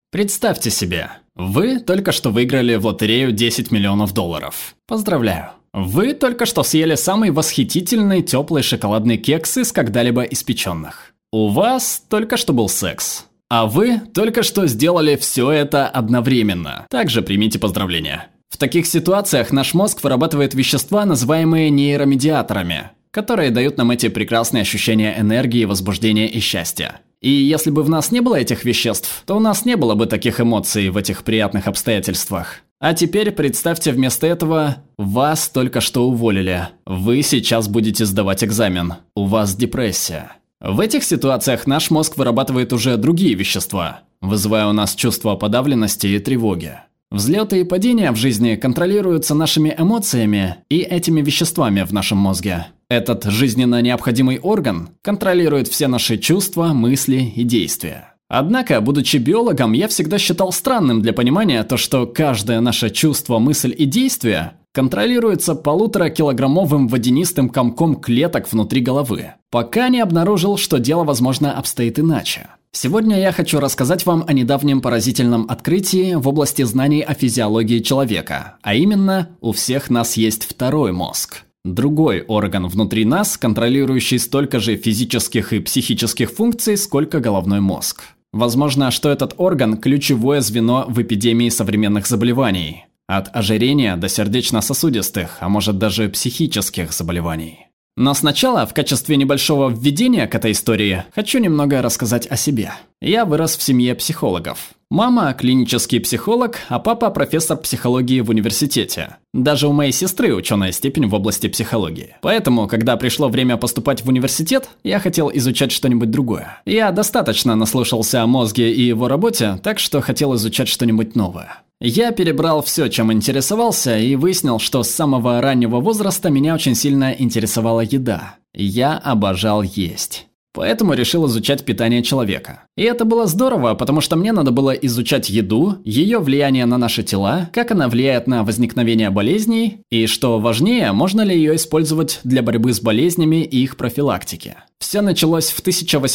Представьте себе, вы только что выиграли в лотерею 10 миллионов долларов. Поздравляю. Вы только что съели самый восхитительный теплый шоколадный кекс из когда-либо испеченных. У вас только что был секс. А вы только что сделали все это одновременно. Также примите поздравления. В таких ситуациях наш мозг вырабатывает вещества, называемые нейромедиаторами, которые дают нам эти прекрасные ощущения энергии, возбуждения и счастья. И если бы в нас не было этих веществ, то у нас не было бы таких эмоций в этих приятных обстоятельствах. А теперь представьте, вместо этого вас только что уволили. Вы сейчас будете сдавать экзамен. У вас депрессия. В этих ситуациях наш мозг вырабатывает уже другие вещества, вызывая у нас чувство подавленности и тревоги. Взлеты и падения в жизни контролируются нашими эмоциями и этими веществами в нашем мозге. Этот жизненно необходимый орган контролирует все наши чувства, мысли и действия. Однако, будучи биологом, я всегда считал странным для понимания то, что каждое наше чувство, мысль и действие контролируется 1,5-килограммовым водянистым комком клеток внутри головы, пока не обнаружил, что дело, возможно, обстоит иначе. Сегодня я хочу рассказать вам о недавнем поразительном открытии в области знаний о физиологии человека, а именно, у всех нас есть второй мозг. Другой орган внутри нас, контролирующий столько же физических и психических функций, сколько головной мозг. Возможно, что этот орган – ключевое звено в эпидемии современных заболеваний. От ожирения до сердечно-сосудистых, а может даже психических заболеваний. Но сначала, в качестве небольшого введения к этой истории, хочу немного рассказать о себе. Я вырос в семье психологов. Мама – клинический психолог, а папа – профессор психологии в университете. Даже у моей сестры ученая степень в области психологии. Поэтому, когда пришло время поступать в университет, я хотел изучать что-нибудь другое. Я достаточно наслушался о мозге и его работе, так что хотел изучать что-нибудь новое. Я перебрал все, чем интересовался, и выяснил, что с самого раннего возраста меня очень сильно интересовала еда. Я обожал есть. Поэтому решил изучать питание человека. И это было здорово, потому что мне надо было изучать еду, ее влияние на наши тела, как она влияет на возникновение болезней, и, что важнее, можно ли ее использовать для борьбы с болезнями и их профилактики. Все началось в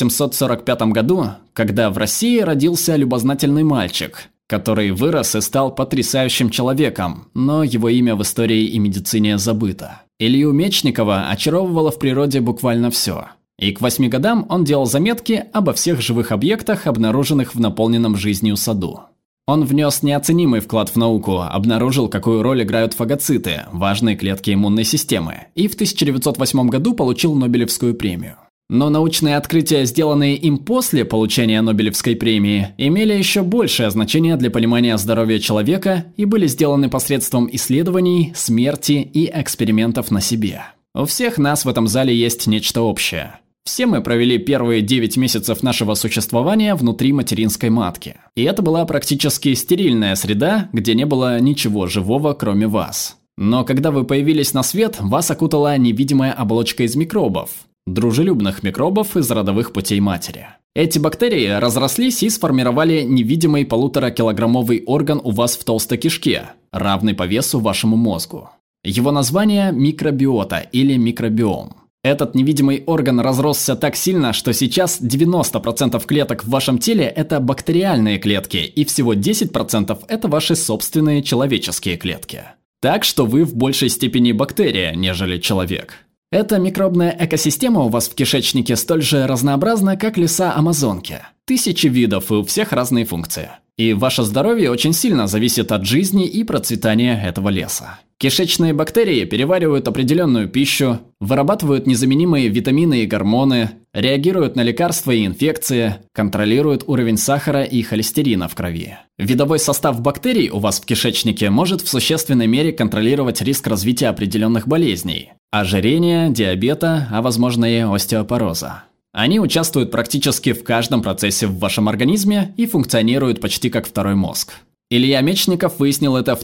1845 году, когда в России родился любознательный мальчик, который вырос и стал потрясающим человеком, но его имя в истории и медицине забыто. Илью Мечникова очаровывало в природе буквально все. И к 8 годам он делал заметки обо всех живых объектах, обнаруженных в наполненном жизнью саду. Он внес неоценимый вклад в науку, обнаружил, какую роль играют фагоциты, важные клетки иммунной системы, и в 1908 году получил Нобелевскую премию. Но научные открытия, сделанные им после получения Нобелевской премии, имели еще большее значение для понимания здоровья человека и были сделаны посредством исследований, смерти и экспериментов на себе. У всех нас в этом зале есть нечто общее. Все мы провели первые 9 месяцев нашего существования внутри материнской матки. И это была практически стерильная среда, где не было ничего живого, кроме вас. Но когда вы появились на свет, вас окутала невидимая оболочка из микробов. Дружелюбных микробов из родовых путей матери. Эти бактерии разрослись и сформировали невидимый 1,5-килограммовый орган у вас в толстой кишке, равный по весу вашему мозгу. Его название – микробиота или микробиом. Этот невидимый орган разросся так сильно, что сейчас 90% клеток в вашем теле – это бактериальные клетки, и всего 10% – это ваши собственные человеческие клетки. Так что вы в большей степени бактерия, нежели человек. Эта микробная экосистема у вас в кишечнике столь же разнообразна, как леса Амазонки. Тысячи видов, и у всех разные функции. И ваше здоровье очень сильно зависит от жизни и процветания этого леса. Кишечные бактерии переваривают определенную пищу, вырабатывают незаменимые витамины и гормоны, реагируют на лекарства и инфекции, контролируют уровень сахара и холестерина в крови. Видовой состав бактерий у вас в кишечнике может в существенной мере контролировать риск развития определенных болезней – ожирения, диабета, а возможно и остеопороза. Они участвуют практически в каждом процессе в вашем организме и функционируют почти как второй мозг. Илья Мечников выяснил это в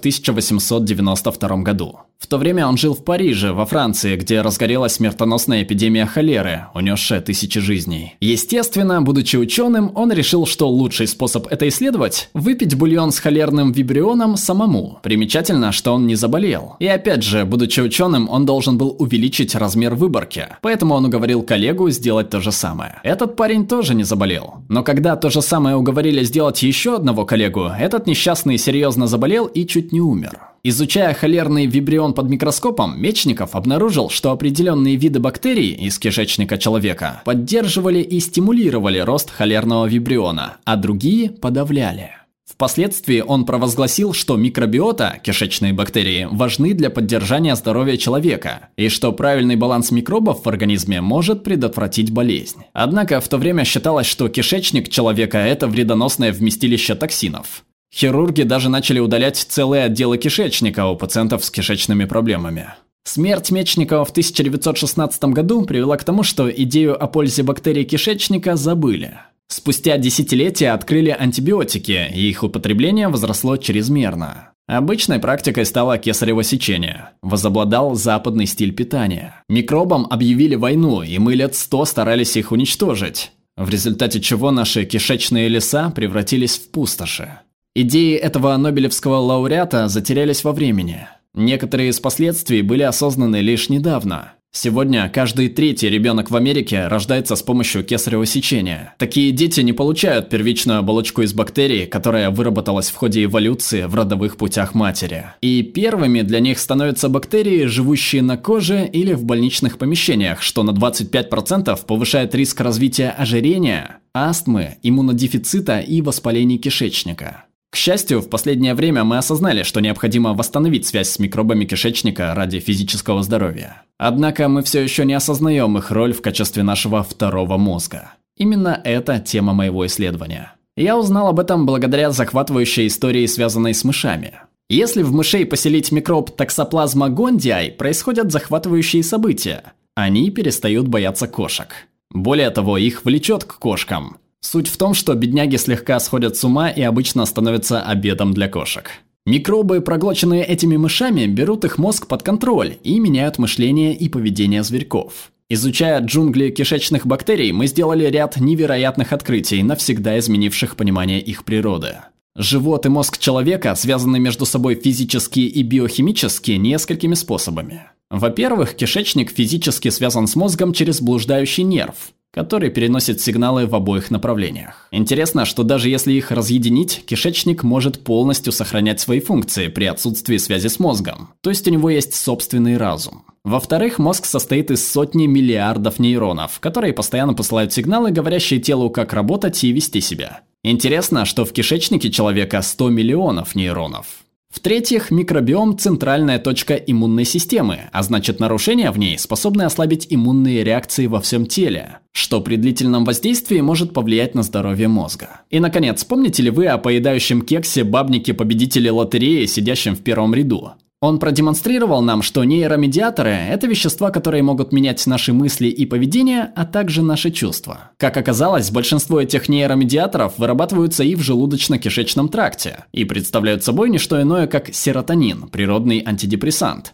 1892 году. В то время он жил в Париже, во Франции, где разгорелась смертоносная эпидемия холеры, унесшая тысячи жизней. Естественно, будучи ученым, он решил, что лучший способ это исследовать – выпить бульон с холерным вибрионом самому. Примечательно, что он не заболел. И опять же, будучи ученым, он должен был увеличить размер выборки. Поэтому он уговорил коллегу сделать то же самое. Этот парень тоже не заболел. Но когда то же самое уговорили сделать еще одного коллегу, этот несчастный серьезно заболел и чуть не умер. Изучая холерный вибрион под микроскопом, Мечников обнаружил, что определенные виды бактерий из кишечника человека поддерживали и стимулировали рост холерного вибриона, а другие подавляли. Впоследствии он провозгласил, что микробиота, кишечные бактерии, важны для поддержания здоровья человека, и что правильный баланс микробов в организме может предотвратить болезнь. Однако в то время считалось, что кишечник человека – это вредоносное вместилище токсинов. Хирурги даже начали удалять целые отделы кишечника у пациентов с кишечными проблемами. Смерть Мечникова в 1916 году привела к тому, что идею о пользе бактерий кишечника забыли. Спустя десятилетия открыли антибиотики, и их употребление возросло чрезмерно. Обычной практикой стало кесарево сечение. Возобладал западный стиль питания. Микробам объявили войну, и мы лет 100 старались их уничтожить, в результате чего наши кишечные леса превратились в пустоши. Идеи этого нобелевского лауреата затерялись во времени. Некоторые из последствий были осознаны лишь недавно. Сегодня каждый третий ребенок в Америке рождается с помощью кесарево сечения. Такие дети не получают первичную оболочку из бактерий, которая выработалась в ходе эволюции в родовых путях матери. И первыми для них становятся бактерии, живущие на коже или в больничных помещениях, что на 25% повышает риск развития ожирения, астмы, иммунодефицита и воспалений кишечника. К счастью, в последнее время мы осознали, что необходимо восстановить связь с микробами кишечника ради физического здоровья. Однако мы все еще не осознаем их роль в качестве нашего второго мозга. Именно это тема моего исследования. Я узнал об этом благодаря захватывающей истории, связанной с мышами. Если в мышей поселить микроб Toxoplasma gondii, происходят захватывающие события. Они перестают бояться кошек. Более того, их влечет к кошкам. Суть в том, что бедняги слегка сходят с ума и обычно становятся обедом для кошек. Микробы, проглоченные этими мышами, берут их мозг под контроль и меняют мышление и поведение зверьков. Изучая джунгли кишечных бактерий, мы сделали ряд невероятных открытий, навсегда изменивших понимание их природы. Живот и мозг человека связаны между собой физически и биохимически несколькими способами. Во-первых, кишечник физически связан с мозгом через блуждающий нерв, который переносит сигналы в обоих направлениях. Интересно, что даже если их разъединить, кишечник может полностью сохранять свои функции при отсутствии связи с мозгом. То есть у него есть собственный разум. Во-вторых, мозг состоит из сотни миллиардов нейронов, которые постоянно посылают сигналы, говорящие телу, как работать и вести себя. Интересно, что в кишечнике человека 100 миллионов нейронов. В-третьих, микробиом – центральная точка иммунной системы, а значит нарушения в ней способны ослабить иммунные реакции во всем теле, что при длительном воздействии может повлиять на здоровье мозга. И, наконец, помните ли вы о поедающем кексе бабнике-победителе лотереи, сидящем в первом ряду? Он продемонстрировал нам, что нейромедиаторы – это вещества, которые могут менять наши мысли и поведение, а также наши чувства. Как оказалось, большинство этих нейромедиаторов вырабатываются и в желудочно-кишечном тракте, и представляют собой не что иное, как серотонин, природный антидепрессант,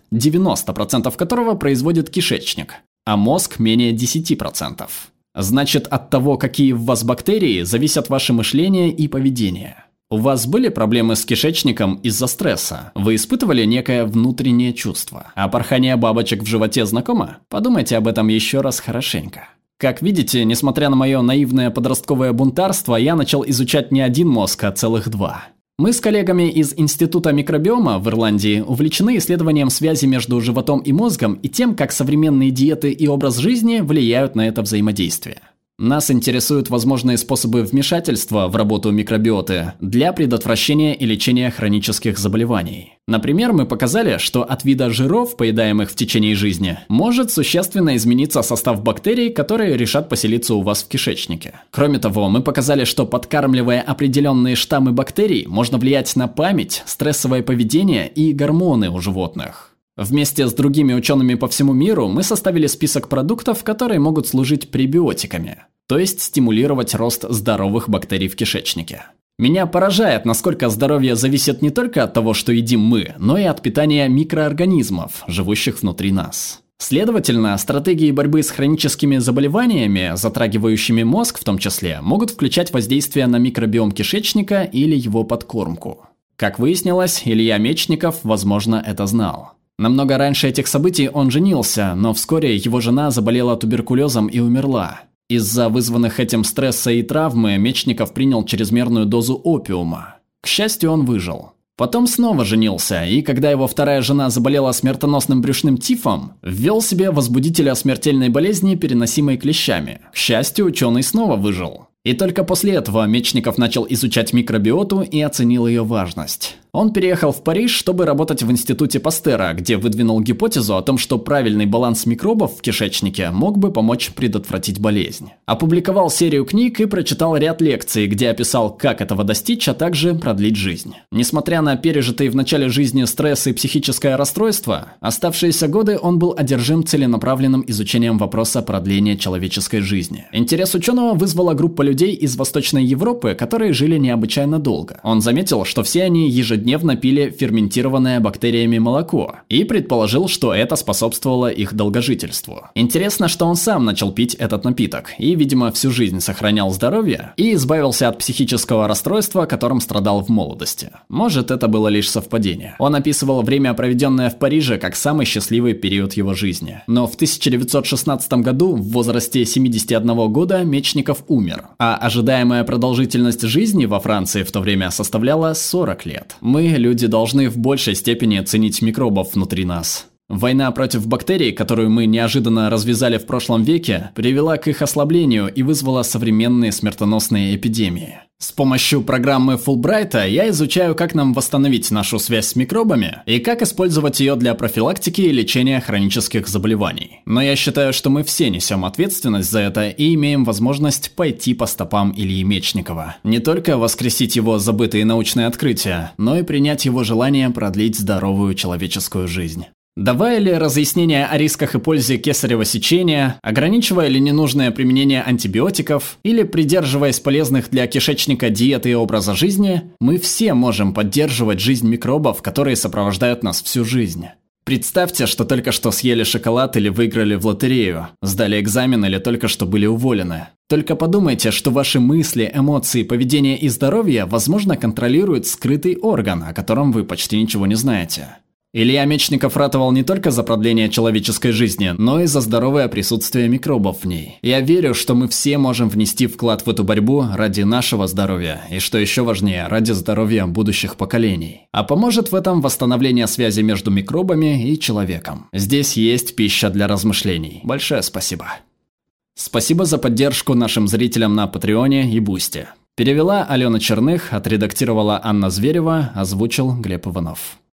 90% которого производит кишечник, а мозг менее 10%. Значит, от того, какие в вас бактерии, зависят ваше мышление и поведение. У вас были проблемы с кишечником из-за стресса? Вы испытывали некое внутреннее чувство? А порхание бабочек в животе знакомо? Подумайте об этом еще раз хорошенько. Как видите, несмотря на мое наивное подростковое бунтарство, я начал изучать не один мозг, а целых два. Мы с коллегами из Института микробиома в Ирландии увлечены исследованием связи между животом и мозгом и тем, как современные диеты и образ жизни влияют на это взаимодействие. Нас интересуют возможные способы вмешательства в работу микробиоты для предотвращения и лечения хронических заболеваний. Например, мы показали, что от вида жиров, поедаемых в течение жизни, может существенно измениться состав бактерий, которые решат поселиться у вас в кишечнике. Кроме того, мы показали, что подкармливая определенные штаммы бактерий, можно влиять на память, стрессовое поведение и гормоны у животных. Вместе с другими учеными по всему миру мы составили список продуктов, которые могут служить пребиотиками, то есть стимулировать рост здоровых бактерий в кишечнике. Меня поражает, насколько здоровье зависит не только от того, что едим мы, но и от питания микроорганизмов, живущих внутри нас. Следовательно, стратегии борьбы с хроническими заболеваниями, затрагивающими мозг в том числе, могут включать воздействие на микробиом кишечника или его подкормку. Как выяснилось, Илья Мечников, возможно, это знал. Намного раньше этих событий он женился, но вскоре его жена заболела туберкулезом и умерла. Из-за вызванных этим стресса и травмы Мечников принял чрезмерную дозу опиума. К счастью, он выжил. Потом снова женился, и когда его вторая жена заболела смертоносным брюшным тифом, ввел себе возбудителя смертельной болезни, переносимой клещами. К счастью, ученый снова выжил. И только после этого Мечников начал изучать микробиоту и оценил ее важность. Он переехал в Париж, чтобы работать в институте Пастера, где выдвинул гипотезу о том, что правильный баланс микробов в кишечнике мог бы помочь предотвратить болезнь. Опубликовал серию книг и прочитал ряд лекций, где описал, как этого достичь, а также продлить жизнь. Несмотря на пережитые в начале жизни стресс и психическое расстройство, оставшиеся годы он был одержим целенаправленным изучением вопроса продления человеческой жизни. Интерес ученого вызвала группа людей из Восточной Европы, которые жили необычайно долго. Он заметил, что все они ежедневно пили ферментированное бактериями молоко и предположил, что это способствовало их долгожительству. Интересно, что он сам начал пить этот напиток и, видимо, всю жизнь сохранял здоровье и избавился от психического расстройства, которым страдал в молодости. Может, это было лишь совпадение. Он описывал время, проведенное в Париже, как самый счастливый период его жизни. Но в 1916 году, в возрасте 71 года, Мечников умер, а ожидаемая продолжительность жизни во Франции в то время составляла 40 лет. Мы, люди, должны в большей степени ценить микробов внутри нас. Война против бактерий, которую мы неожиданно развязали в прошлом веке, привела к их ослаблению и вызвала современные смертоносные эпидемии. С помощью программы Фулбрайта я изучаю, как нам восстановить нашу связь с микробами и как использовать ее для профилактики и лечения хронических заболеваний. Но я считаю, что мы все несем ответственность за это и имеем возможность пойти по стопам Ильи Мечникова. Не только воскресить его забытые научные открытия, но и принять его желание продлить здоровую человеческую жизнь. Давая ли разъяснения о рисках и пользе кесарево сечения, ограничивая ли ненужное применение антибиотиков или придерживаясь полезных для кишечника диеты и образа жизни, мы все можем поддерживать жизнь микробов, которые сопровождают нас всю жизнь. Представьте, что только что съели шоколад или выиграли в лотерею, сдали экзамен или только что были уволены. Только подумайте, что ваши мысли, эмоции, поведение и здоровье, возможно, контролирует скрытый орган, о котором вы почти ничего не знаете. Илья Мечников ратовал не только за продление человеческой жизни, но и за здоровое присутствие микробов в ней. Я верю, что мы все можем внести вклад в эту борьбу ради нашего здоровья и, что еще важнее, ради здоровья будущих поколений. А поможет в этом восстановление связи между микробами и человеком. Здесь есть пища для размышлений. Большое спасибо. Спасибо за поддержку нашим зрителям на Патреоне и Бусти. Перевела Алена Черных, отредактировала Анна Зверева, озвучил Глеб Иванов.